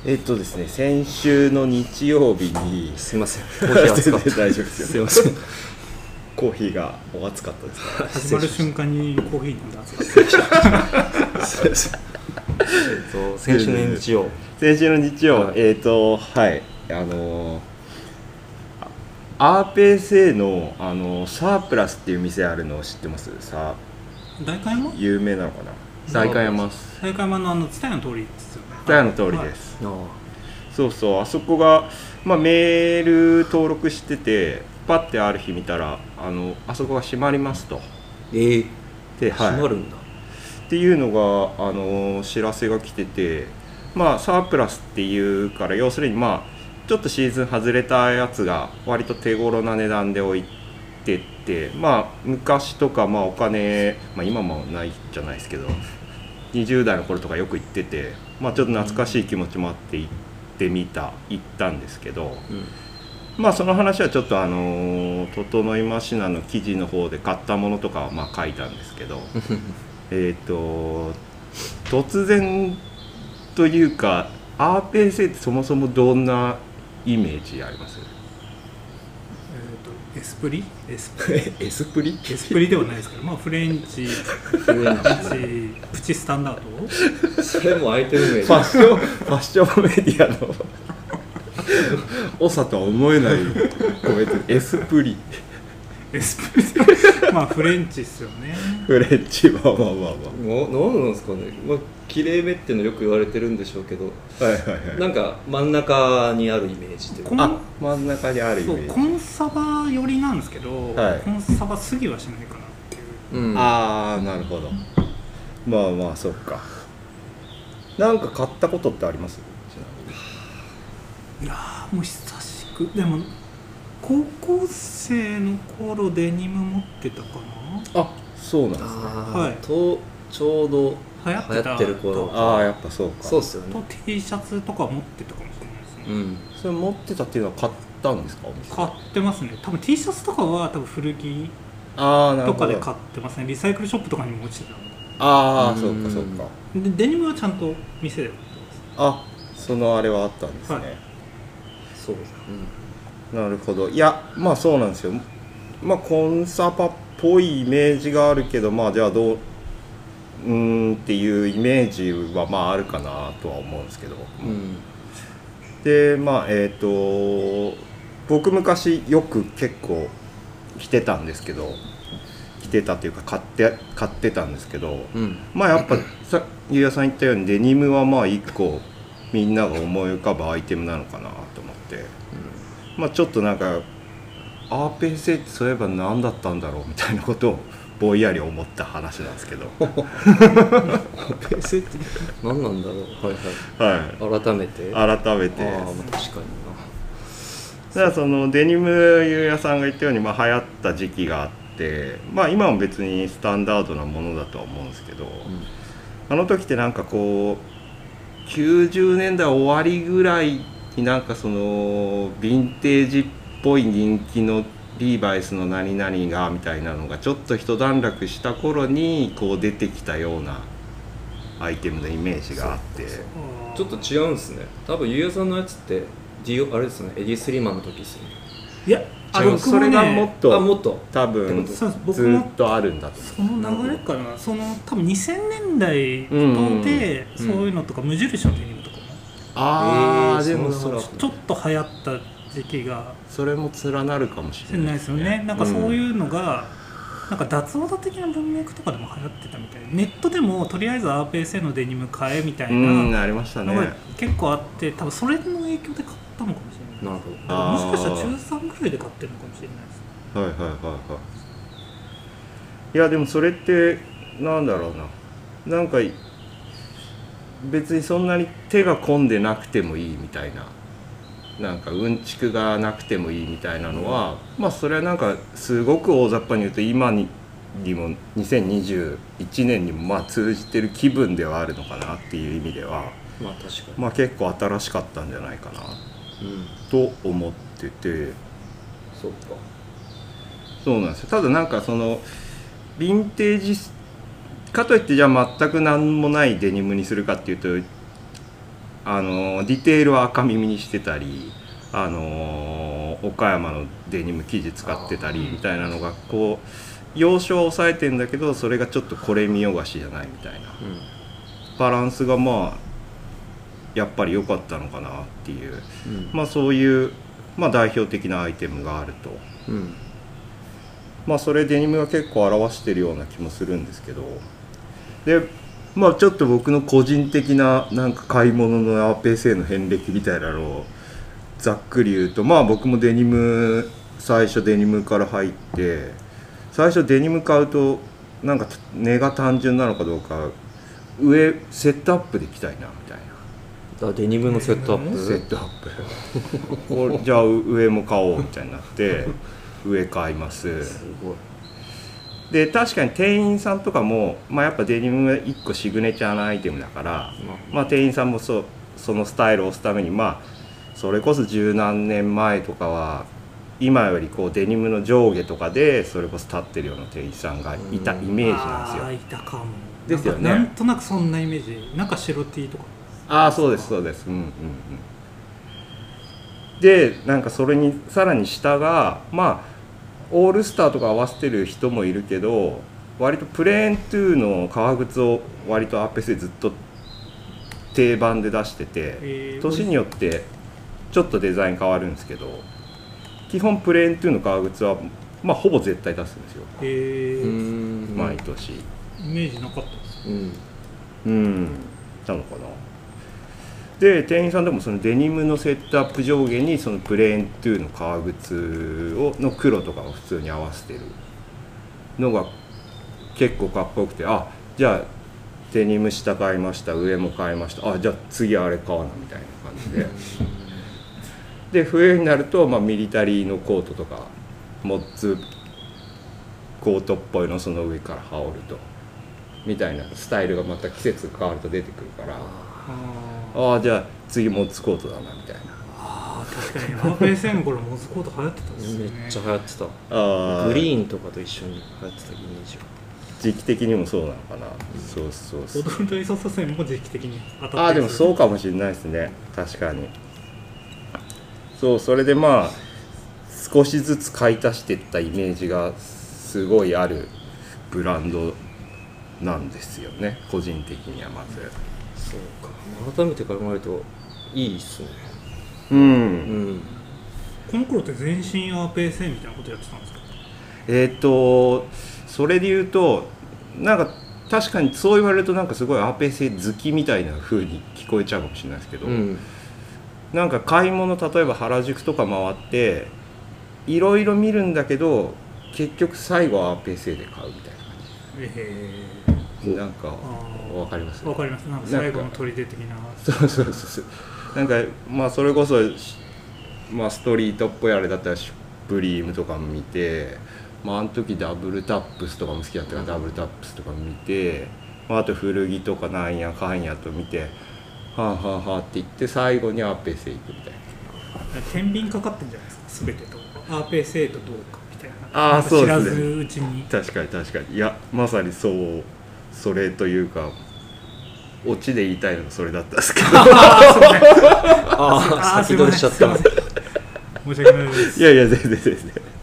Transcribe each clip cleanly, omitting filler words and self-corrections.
ですね、先週の日曜日にすいません、コーヒー熱かった。 大丈夫ですよ。 すいません。 コーヒーがお熱かったですか。 始まる瞬間にコーヒー飲んで熱かった先週の日曜。 先週の日曜、 はいはいアーペーセのサープラスっていう店あるのを知ってます？さあ代官山？ 有名なのかな。代官山っす。 代官山の蔦屋の通りですよね。 蔦屋の通りです。 あそうそう、あそこが、メール登録してて、パッてある日見たらあそこが閉まりますと。 で、 はい、 閉まるんだ。 っていうのが知らせが来てて、サープラスっていうから要するにちょっとシーズン外れたやつが割と手頃な値段で置いてって昔とかお金、今もないじゃないですけど20代の頃とかよく行ってて、ちょっと懐かしい気持ちもあって行ったんですけど、その話はちょっと整いましなの記事の方で買ったものとかは書いたんですけど突然というかアーペーセってそもそもどんなイメージあります？ エスプリエスプリエスプリではないですけど、フレンチプチスタンダード。 それもアイテム名。 ファッションメディアの長とは思えないコメント。エスプリエスプリフレンチっすよね。 フレンチ何なんですかね。きれいめっていうのよく言われてるんでしょうけど、なんか真ん中にあるイメージというか。 真ん中にあるイメージ。 コンサバ寄りなんですけど、コンサバ過ぎはしないかなっていう。 なるほど。そっか。なんか買ったことってあります？ いやー、もう久しく。でも高校生の頃デニム持ってたかな。 そうなんですね。 はい。 ちょうど流行ってる頃。 やっぱそうか。 そうっすよね。 と T シャツとか持ってたかもしれないですね。 それ持ってたっていうのは買ったんですか？ 買ってますね。多分 T シャツとかは古着とかで買ってますね。リサイクルショップとかにも落ちてた。 そうかそうか。 でデニムはちゃんと店で売ってます。そのあれはあったんですね。 そうです。 なるほど。いやそうなんですよ。コンサバっぽいイメージがあるけどじゃあどうっていうイメージはあるかなとは思うんですけど、で僕昔よく結構着てたんですけど、着てたっていうか買ってたんですけど、やっぱゆうやさん言ったようにデニムは一個みんなが思い浮かぶアイテムなのかなと思って、ちょっとなんかアーペーセってそういえば何だったんだろうみたいなことをぼんやり思った話なんですけどアーペーセって何なんだろう。改めて確かにだからそのデニムゆうやさんが言ったように流行った時期があって、今も別にスタンダードなものだとは思うんですけど、あの時ってなんかこう90年代終わりぐらいになんかそのヴィンテージっぽい人気のリーバイスの何々がみたいなのがちょっと一段落した頃にこう出てきたようなアイテムのイメージがあって、 ちょっと違うんですね。多分ゆうやさんのやつってあれですね、エディ・スリーマンの時ですよね。 いや、 それがもっと多分ずっとあるんだと思う。 その流れかな。その多分2000年代とでそういうのとか無印のデニムとかもでもちょっと流行った時期がそれも連なるかもしれないですよね。なんかそういうのがなんか脱オタ的な文脈とかでも流行ってたみたいで、ネットでもとりあえずアーペーセのデニム買えみたいなありましたね。 結構あって、多分それの影響で買ったのかもしれない。 なるほど。 もしかしたら中3ぐらいで買ってるのかもしれないです。 いやでもそれってなんだろうな、なんか別にそんなに手が込んでなくてもいいみたいな、なんかうんちくがなくてもいいみたいなのは、それはなんかすごく大雑把に言うと今にも2021年にも通じてる気分ではあるのかなっていう意味では、 確かに結構新しかったんじゃないかなと思ってて、そうなんですよ。ただなんかそのヴィンテージかといってじゃあ全く何もないデニムにするかっていうとディテールは赤耳にしてたり、岡山のデニム生地使ってたりみたいなのがこう要所は抑えてんだけど、それがちょっとこれ見よがしじゃないみたいな、バランスがまあやっぱり良かったのかなっていう、まあそういう、まあ、代表的なアイテムがあると、まあそれデニムが結構表してるような気もするんですけど、でまあちょっと僕の個人的ななんか買い物の RPSA の遍歴みたいなのをざっくり言うと、まあ僕もデニム最初デニムから入って、最初デニム買うとなんか値が単純なのかどうか、上セットアップで着たいなみたいな。 デニムのセットアップ、 セットアップじゃあ上も買おうみたいになって上買います。すごい。で確かに店員さんとかも、まあ、やっぱデニムが1個シグネチャーなアイテムだから、まあ、店員さんもそのスタイルを押すために、まあそれこそ十何年前とかは今よりこうデニムの上下とかでそれこそ立ってるような店員さんがいたイメージなんですよ。 いたかもですよね。 なんとなくそんなイメージ。なんか白 T とか。 ああそうですそうです。でなんかそれにさらに下がまあオールスターとか合わせてる人もいるけど、割とプレーントゥーの革靴を割と RPSA でずっと定番で出してて、年によってちょっとデザイン変わるんですけど、基本プレーントゥーの革靴はまあほぼ絶対出すんですよ。毎年。 イメージなかったです。 なのかな。で店員さんでもそのデニムのセットアップ上下にそのプレーントゥーの革靴の黒とかを普通に合わせてるのが結構かっこよくて、あじゃあデニム下買いました、上も買いました、あじゃあ次あれ買わなみたいな感じでで冬になると、まあ、ミリタリーのコートとかモッツコートっぽいのその上から羽織るとみたいなスタイルがまた季節が変わると出てくるから、ああじゃあ次モッツコートだなみたいな。 あ確かに RPSA の頃モッツコート流行ってたんですよね。 めっちゃ流行ってた。グリーンとかと一緒に流行ってたイメージが。 時期的にもそうなのかな。そう踊るとイソサセンも時期的に当たってる。 ああでもそうかもしれないですね。確かに。そうそれでまあ少しずつ買い足していったイメージがすごいあるブランドなんですよね、個人的には。まずそうか、改めて考えるといいっすね。 この頃って全身 RPSA みたいなことやってたんですか？ それで言うとなんか確かにそう言われるとなんかすごい RPSA 好きみたいな風に聞こえちゃうかもしれないですけど、なんか買い物例えば原宿とか回っていろいろ見るんだけど結局最後は RPSA で買うみたいな感じ。なんかわかります？ わかります。なんか最後の砦的な。 そうなんかまあそれこそまあストリートっぽいあれだったらシュプリームとかも見て、まああの時ダブルタップスとかも好きだったからダブルタップスとかも見て、まああと古着とかなんやかんやと見て、はあって言って最後に RPSA 行くみたいな。 天秤かかってんじゃないですか、すべてと RPSA とどうかみたいな。 ああそうですね。 知らずうちに。 確かにいやまさにそうそれというか。オチで言いたいのがそれだったんですけど先取りしちゃった。 申し訳ないです。 いや全然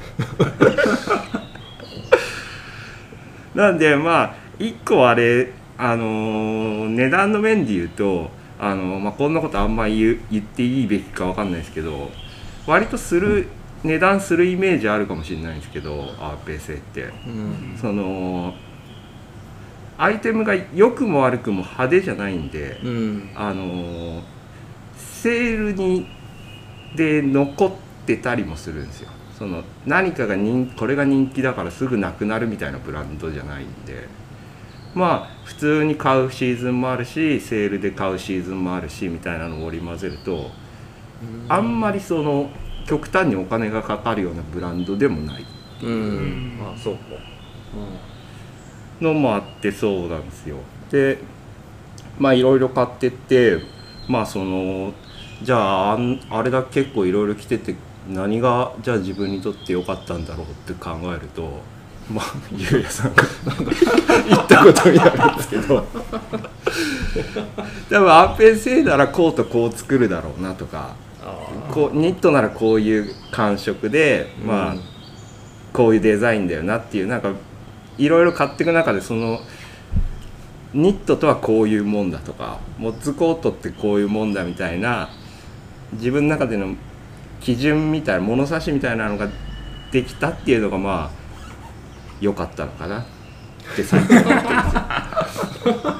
なんでまあ一個あれ値段の面で言うとまあ、こんなことあんまり言っていいべきかわかんないですけど、割と値段するイメージあるかもしれないんですけど RPSA って、そのアイテムが良くも悪くも派手じゃないんで、セールで残ってたりもするんですよ。その何かがこれが人気だからすぐなくなるみたいなブランドじゃないんで、まあ普通に買うシーズンもあるしセールで買うシーズンもあるしみたいなのを織り交ぜると、あんまりその極端にお金がかかるようなブランドでもない。 あそうか。 のもあってそうなんですよ。でまあいろいろ買ってって、まあそのじゃああれだけ結構いろいろ着てて何がじゃあ自分にとって良かったんだろうって考えると、まあゆうやさんがなんか言ったことになるんですけど多分 RPSA ならこうとこう作るだろうなとか、ニットならこういう感触で、まあこういうデザインだよなっていう、なんかいろいろ買っていく中で、そのニットとはこういうもんだとか、モッツコートってこういうもんだみたいな、自分の中での基準みたいな物差しみたいなのができたっていうのがまあ良かったのかなって最近思ってるんですよ。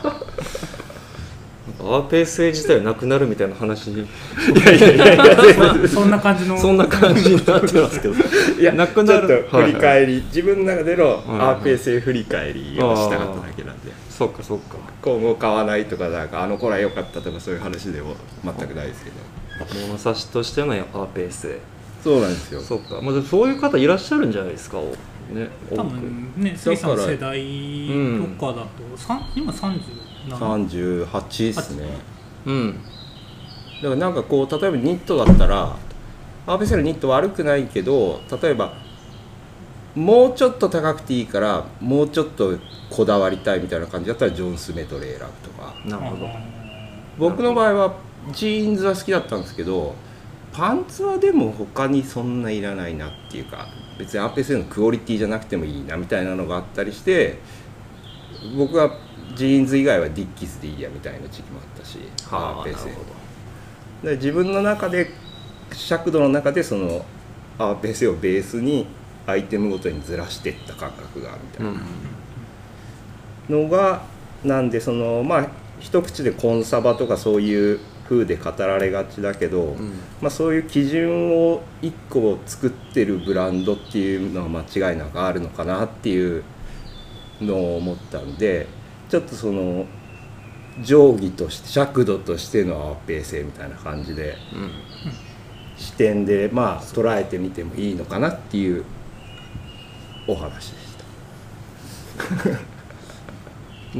RPSA 自体なくなるみたいな話。いやそんな感じのそんな感じになってますけど、 いやなくなる。ちょっと振り返り、自分の中での RPSA 振り返りをしたかっただけなんで。 そっかそっか。 今後買わないとか、なんかあの頃は良かったとかそういう話でも全くないですけど。 物差しとしての RPSA。 そうなんですよ。 そっか。まあそういう方いらっしゃるんじゃないですか。ね。 多分ね、杉さんの世代とかだと、今 38ですね。 うん。 だからなんかこう例えばニットだったら RPSA のニット悪くないけど、例えばもうちょっと高くていいからもうちょっとこだわりたいみたいな感じだったらジョン・スメトレー選ぶとか。 なるほど。 僕の場合はジーンズは好きだったんですけど、パンツはでも他にそんないらないなっていうか、別に RPSA のクオリティじゃなくてもいいなみたいなのがあったりして、僕はジーンズ以外はディッキスでいいやみたいな時期もあったし、RPSA で自分の中で尺度の中でその RPSA をベースにアイテムごとにずらしていった感覚があるみたいなのが、なんでそのまあ一口でコンサバとかそういう風で語られがちだけど、まあ、そういう基準を1個作ってるブランドっていうのは間違いなくあるのかなっていうのを思ったんで、ちょっとその定規として尺度としてのRPSAみたいな感じで、視点でまあ捉えてみてもいいのかなっていうお話でした。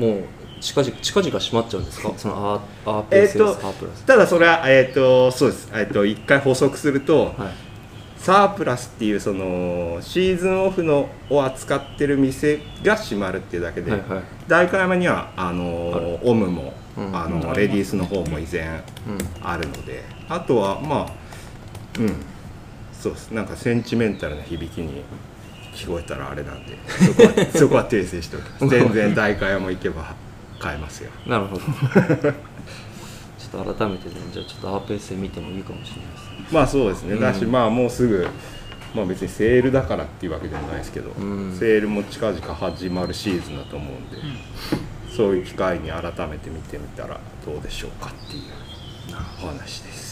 もう近々閉まっちゃうんですか、そのRPSA、サープラス。 ただそれはそうです。一回補足すると、はい、サープラスっていうそのシーズンオフのを扱ってる店が閉まるっていうだけで、はいはい、代官山にはオムも、レディースの方も依然あるので、あとはまあそうです。なんかセンチメンタルな響きに聞こえたらあれなんで、そこは訂正しておきます。全然代官山行けば買えますよ。 なるほど。ちょっと改めてね、じゃあちょっと RPSA 見てもいいかもしれないですね。 まあそうですね。だしまあもうすぐ、まあ別にセールだからっていうわけでもないですけど、セールも近々始まるシーズンだと思うんで、そういう機会に改めて見てみたらどうでしょうかっていうお話です。